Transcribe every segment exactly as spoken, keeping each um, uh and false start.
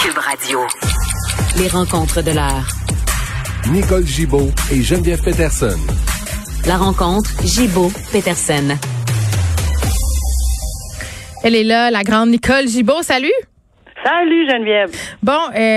Cube Radio. Les rencontres de l'heure. Nicole Gibaud et Geneviève Peterson. La rencontre Gibaud-Peterson. Elle est là, la grande Nicole Gibaud. Salut! Salut Geneviève. Bon,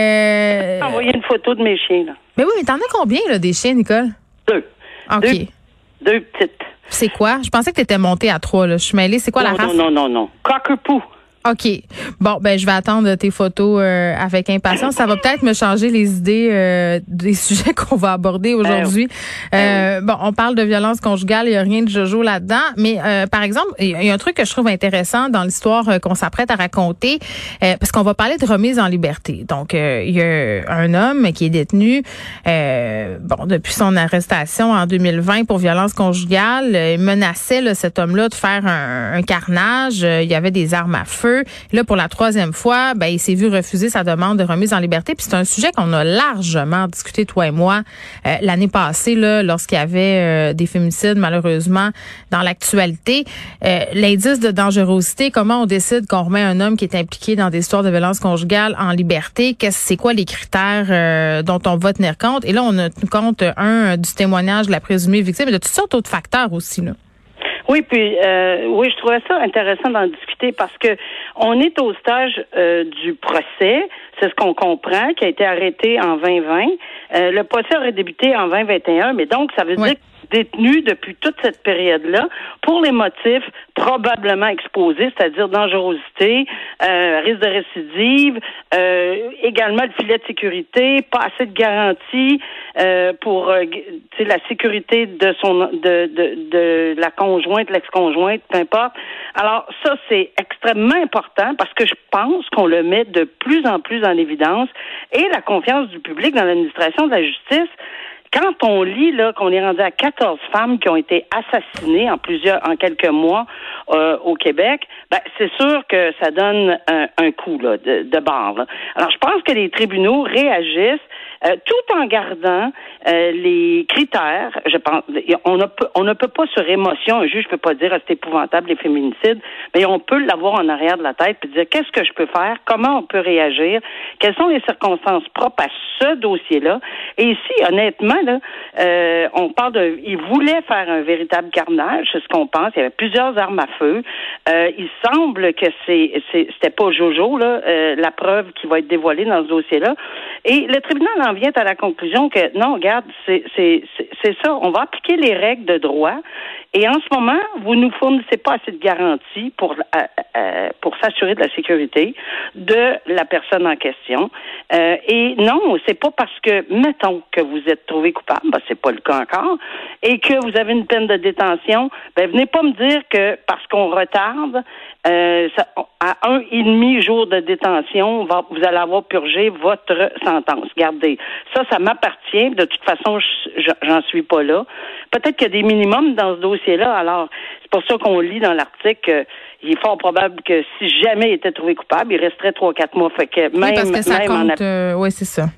euh... envoyer une photo de mes chiens, là. Mais oui, mais t'en as combien, là, des chiens, Nicole? Deux. OK. Deux, deux petites. C'est quoi? Je pensais que t'étais montée à trois, là. Je suis mêlée. C'est quoi non, la race? Non, non, non, non. Cockapoo. OK. Bon, ben je vais attendre tes photos euh, avec impatience. Ça va peut-être me changer les idées euh, des sujets qu'on va aborder aujourd'hui. Euh, bon, on parle de violence conjugale, il n'y a rien de jojo là-dedans. Mais euh, par exemple, il y a un truc que je trouve intéressant dans l'histoire euh, qu'on s'apprête à raconter, euh, parce qu'on va parler de remise en liberté. Donc, euh, il y a un homme qui est détenu euh, bon depuis son arrestation en deux mille vingt pour violence conjugale. Il menaçait là, cet homme-là de faire un, un carnage. Il y avait des armes à feu. Et là, pour la troisième fois, ben, il s'est vu refuser sa demande de remise en liberté. Puis c'est un sujet qu'on a largement discuté, toi et moi, euh, l'année passée, là, lorsqu'il y avait euh, des féminicides, malheureusement, dans l'actualité. Euh, l'indice de dangerosité, comment on décide qu'on remet un homme qui est impliqué dans des histoires de violence conjugale en liberté? Qu'est-ce, c'est quoi les critères euh, dont on va tenir compte? Et là, on a tenu compte, un, du témoignage de la présumée victime, mais de toutes sortes d'autres facteurs aussi, là. Oui, puis euh, oui, je trouvais ça intéressant d'en discuter parce que on est au stage euh, du procès, c'est ce qu'on comprend, qui a été arrêté en vingt vingt. Euh, le procès aurait débuté en vingt vingt et un, mais donc ça veut ouais. dire que détenu depuis toute cette période-là pour les motifs probablement exposés, c'est-à-dire dangerosité, euh, risque de récidive, euh, également le filet de sécurité, pas assez de garantie euh, pour euh, la sécurité de son de, de, de la conjointe, l'ex-conjointe, peu importe. Alors ça, c'est extrêmement important parce que je pense qu'on le met de plus en plus en évidence et la confiance du public dans l'administration de la justice. Quand on lit là qu'on est rendu à quatorze femmes qui ont été assassinées en plusieurs, en quelques mois euh, au Québec, ben c'est sûr que ça donne un, un coup là de, de barre. Là. Alors je pense que les tribunaux réagissent euh, tout en gardant euh, les critères. Je pense, on ne peut, on ne peut pas sur émotion, un juge peut pas dire ah, c'est épouvantable les féminicides, mais on peut l'avoir en arrière de la tête puis dire qu'est-ce que je peux faire, comment on peut réagir, quelles sont les circonstances propres à ce dossier-là. Et ici, honnêtement. Là, euh, on parle de, il voulait faire un véritable carnage, c'est ce qu'on pense. Il y avait plusieurs armes à feu. Euh, il semble que c'est, c'est c'était pas Jojo là, euh, la preuve qui va être dévoilée dans ce dossier-là. Et le tribunal en vient à la conclusion que non, regarde, c'est c'est c'est, c'est ça. On va appliquer les règles de droit. Et en ce moment, vous nous fournissez pas assez de garanties pour euh, euh, pour s'assurer de la sécurité de la personne en question. Euh, et non, c'est pas parce que mettons que vous êtes trouvé coupable, ben c'est pas le cas encore, et que vous avez une peine de détention, ben venez pas me dire que parce qu'on retarde euh, ça, à un et demi jour de détention, va, vous allez avoir purgé votre sentence. Regardez, ça, ça m'appartient. De toute façon, je, j'en suis pas là. Peut-être qu'il y a des minimums dans ce dossier-là. Alors, c'est pour ça qu'on lit dans l'article qu'il est fort probable que si jamais il était trouvé coupable, il resterait trois, quatre mois. Fait que même, oui, parce que ça même compte. en... Euh, oui, c'est ça.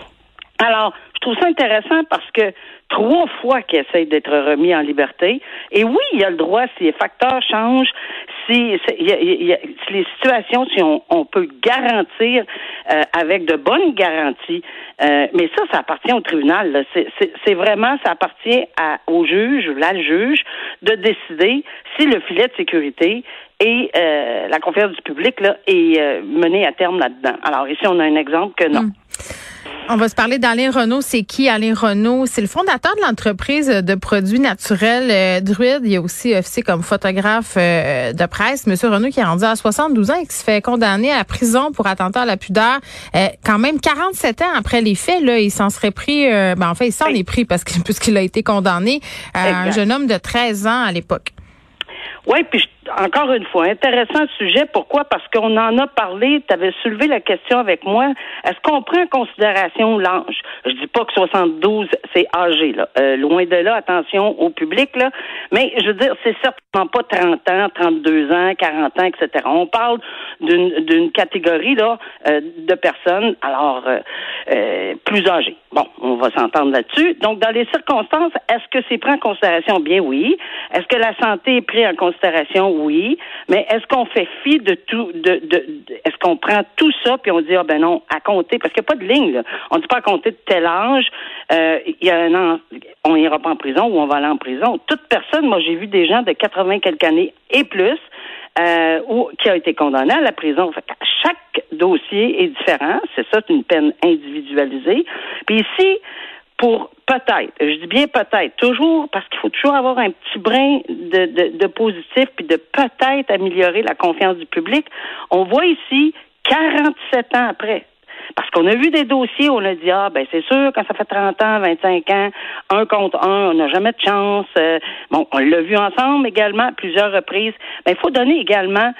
Alors, je trouve ça intéressant parce que trois fois qu'il essaye d'être remis en liberté, et oui, il a le droit, si les facteurs changent, si, si, y a, y a, si les situations, si on, on peut garantir euh, avec de bonnes garanties, euh, mais ça, ça appartient au tribunal. Là. C'est, c'est, c'est vraiment, ça appartient à, au juge ou la juge de décider si le filet de sécurité et euh, la confiance du public là, est euh, mené à terme là-dedans. Alors ici, on a un exemple que non. Hum. On va se parler d'Alain Renaud. C'est qui Alain Renaud? C'est le fondateur de l'entreprise de produits naturels euh, Druide. Il est aussi officié comme photographe euh, de presse. Monsieur Renaud qui est rendu à soixante-douze ans et qui se fait condamner à la prison pour attentat à la pudeur. Euh, quand même quarante-sept ans après les faits, là, il s'en serait pris... Euh, ben, en fait, il s'en est pris parce que, puisqu'il a été condamné à un jeune homme de treize ans à l'époque. Oui, puis encore une fois, intéressant sujet. Pourquoi? Parce qu'on en a parlé, tu avais soulevé la question avec moi. Est-ce qu'on prend en considération l'âge? Je dis pas que soixante-douze, c'est âgé, là. Euh, loin de là, attention au public, là. Mais je veux dire, c'est certainement pas trente ans, trente-deux ans, quarante ans, et cetera. On parle d'une, d'une catégorie, là, euh, de personnes, alors, euh, euh, plus âgées. Bon, on va s'entendre là-dessus. Donc, dans les circonstances, est-ce que c'est pris en considération? Bien oui. Est-ce que la santé est prise en considération? considération, oui, mais est-ce qu'on fait fi de tout, de, de, de est-ce qu'on prend tout ça puis on dit ah ben non, à compter, parce qu'il n'y a pas de ligne, là. On ne dit pas à compter de tel âge, euh, il y a un an, on n'ira pas en prison ou on va aller en prison. Toute personne, moi j'ai vu des gens de quatre-vingts quelques années et plus, euh, ou qui a été condamné à la prison. Fait que chaque dossier est différent, c'est ça, c'est une peine individualisée. Puis ici, pour peut-être, je dis bien peut-être, toujours, parce qu'il faut toujours avoir un petit brin de, de, de positif, puis de peut-être améliorer la confiance du public. On voit ici, quarante-sept ans après, parce qu'on a vu des dossiers où on a dit, ah, ben c'est sûr, quand ça fait trente ans, vingt-cinq ans, un contre un, on n'a jamais de chance. Euh, bon, on l'a vu ensemble également à plusieurs reprises. Ben, il faut donner également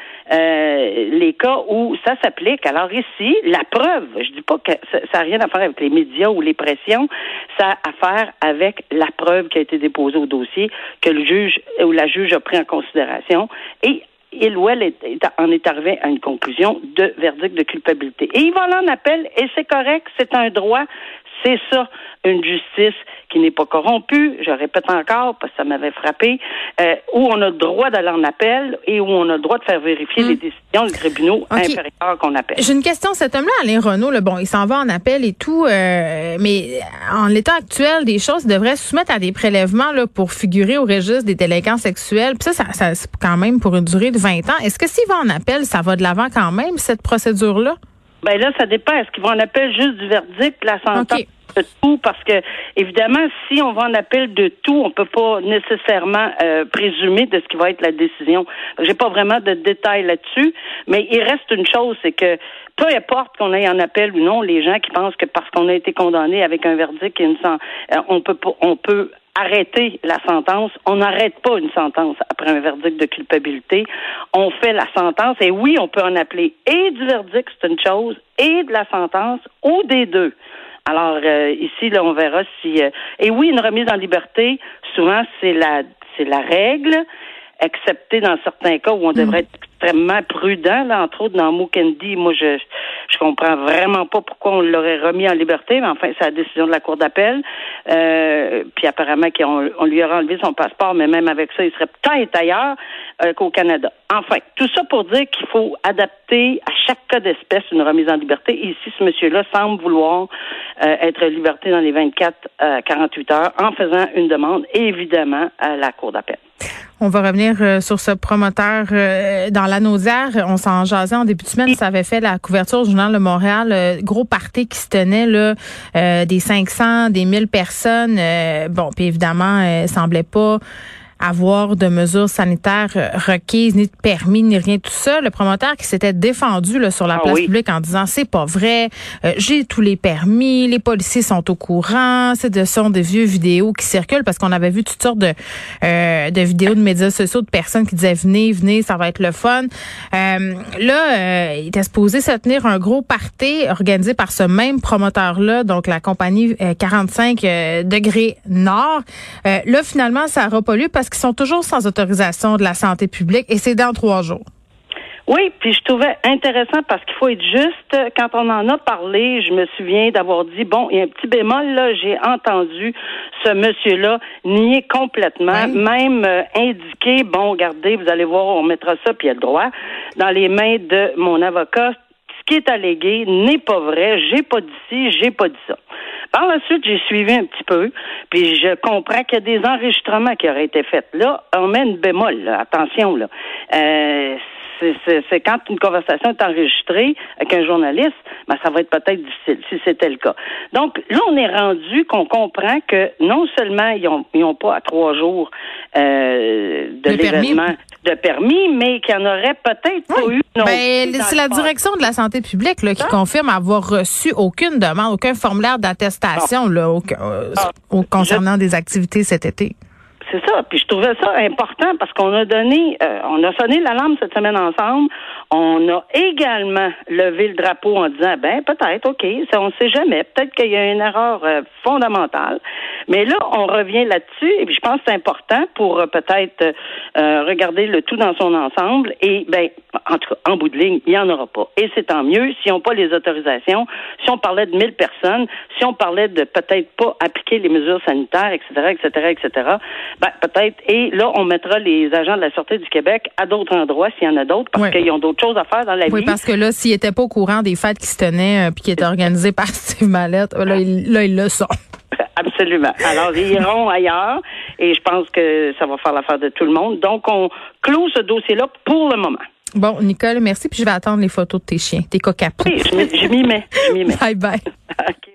euh, les cas où ça s'applique. Alors ici, la preuve, je dis pas que ça n'a rien à faire avec les médias ou les pressions, ça a à faire avec la preuve qui a été déposée au dossier, que le juge ou la juge a pris en considération, et il ou elle est, est, en est arrivé à une conclusion de verdict de culpabilité. Et il va aller en appel, et c'est correct, c'est un droit, c'est ça, une justice qui n'est pas corrompue, je répète encore, parce que ça m'avait frappé, euh, où on a le droit d'aller en appel et où on a le droit de faire vérifier mmh. les décisions des tribunaux okay. inférieurs qu'on appelle. J'ai une question, cet homme-là, Alain Renault, là, bon, il s'en va en appel et tout, euh, mais en l'état actuel des choses, il devrait se soumettre à des prélèvements là, pour figurer au registre des délinquants sexuels. Puis ça, ça, ça c'est quand même pour une durée de vingt ans. Est-ce que s'il va en appel, ça va de l'avant quand même, cette procédure-là? Ben là, ça dépend. Est-ce qu'ils vont en appel juste du verdict, la sentence? Okay. De tout, parce que évidemment, si on va en appel de tout, on peut pas nécessairement euh, présumer de ce qui va être la décision. J'ai pas vraiment de détails là-dessus, mais il reste une chose, c'est que peu importe qu'on aille en appel ou non, les gens qui pensent que parce qu'on a été condamné avec un verdict et une sen- euh, on peut pas, on peut arrêter la sentence. On n'arrête pas une sentence après un verdict de culpabilité. On fait la sentence et oui, on peut en appeler et du verdict, c'est une chose, et de la sentence, ou des deux. Alors, euh, ici, là, on verra si... Euh, et oui, une remise en liberté, souvent, c'est la c'est la règle, excepté dans certains cas où on devrait être extrêmement prudent, là, entre autres, dans Mukendi. Moi, je je comprends vraiment pas pourquoi on l'aurait remis en liberté, mais enfin, c'est la décision de la Cour d'appel. Euh, puis apparemment, qu'on, on lui aurait enlevé son passeport, mais même avec ça, il serait peut-être ailleurs euh, qu'au Canada. Enfin, tout ça pour dire qu'il faut adapter à chaque cas d'espèce une remise en liberté. Et ici, ce monsieur-là semble vouloir euh, être liberté dans les vingt-quatre à quarante-huit heures en faisant une demande, évidemment, à la Cour d'appel. On va revenir euh, sur ce promoteur euh, dans la Naudière. On s'en jasait en début de semaine. Ça avait fait la couverture du Journal de Montréal. Euh, gros party qui se tenait, là, euh, des cinq cents, des mille personnes. Euh, bon, puis évidemment, euh, semblait pas avoir de mesures sanitaires requises, ni de permis, ni rien, tout ça. Le promoteur qui s'était défendu là, sur la ah place oui. publique en disant c'est pas vrai, euh, j'ai tous les permis, les policiers sont au courant, c'est de sont des vieux vidéos qui circulent parce qu'on avait vu toutes sortes de euh, de vidéos de médias sociaux de personnes qui disaient venez, venez, ça va être le fun. Euh, là, euh, il était supposé se tenir un gros party organisé par ce même promoteur-là, donc la compagnie euh, quarante-cinq euh, degrés Nord. Euh, là, finalement, ça n'aura pas lieu parce qui sont toujours sans autorisation de la santé publique et c'est dans trois jours. Oui, puis je trouvais intéressant parce qu'il faut être juste. Quand on en a parlé, je me souviens d'avoir dit, bon, il y a un petit bémol, là, j'ai entendu ce monsieur-là nier complètement, oui. même euh, indiquer, bon, regardez, vous allez voir, on mettra ça, puis il y a le droit, dans les mains de mon avocat. Ce qui est allégué n'est pas vrai, j'ai pas dit ci, j'ai pas dit ça. Par la suite, j'ai suivi un petit peu, puis je comprends qu'il y a des enregistrements qui auraient été faits. Là, on met une bémol, là, attention, là. Euh, c'est, c'est, c'est quand une conversation est enregistrée avec un journaliste, ben, ça va être peut-être difficile, si c'était le cas. Donc, là, on est rendu qu'on comprend que non seulement ils ont, ils ont pas à trois jours euh, de le l'événement permis. de permis, mais qu'il y en aurait peut-être oui. pas eu. Non ben, c'est la direction de la santé publique là, qui ah. confirme avoir reçu aucune demande, aucun formulaire d'attestation ah. là, au, euh, ah. au, concernant je... des activités cet été. C'est ça. Puis je trouvais ça important parce qu'on a donné, euh, on a sonné l'alarme cette semaine ensemble. On a également levé le drapeau en disant, ben peut-être, OK, ça, on ne sait jamais. Peut-être qu'il y a une erreur euh, fondamentale. Mais là, on revient là-dessus et puis je pense que c'est important pour euh, peut-être euh, regarder le tout dans son ensemble. Et ben, en tout cas, en bout de ligne, il n'y en aura pas. Et c'est tant mieux s'ils n'ont pas les autorisations. Si on parlait de mille personnes, si on parlait de peut-être pas appliquer les mesures sanitaires, et cetera, et cetera, et cetera, ben peut-être. Et là, on mettra les agents de la Sûreté du Québec à d'autres endroits s'il y en a d'autres, parce oui. qu'ils ont d'autres choses à faire dans la oui, vie. Oui, parce que là, s'ils n'étaient pas au courant des fêtes qui se tenaient euh, puis qui étaient organisées par Steve Mallette, là, ils, là, ils le sont. Absolument. Alors, ils iront ailleurs et je pense que ça va faire l'affaire de tout le monde. Donc, on clôt ce dossier-là pour le moment. Bon, Nicole, merci. Puis je vais attendre les photos de tes chiens, tes coqs à Oui, je m'y mets. Je m'y mets. Bye bye. OK.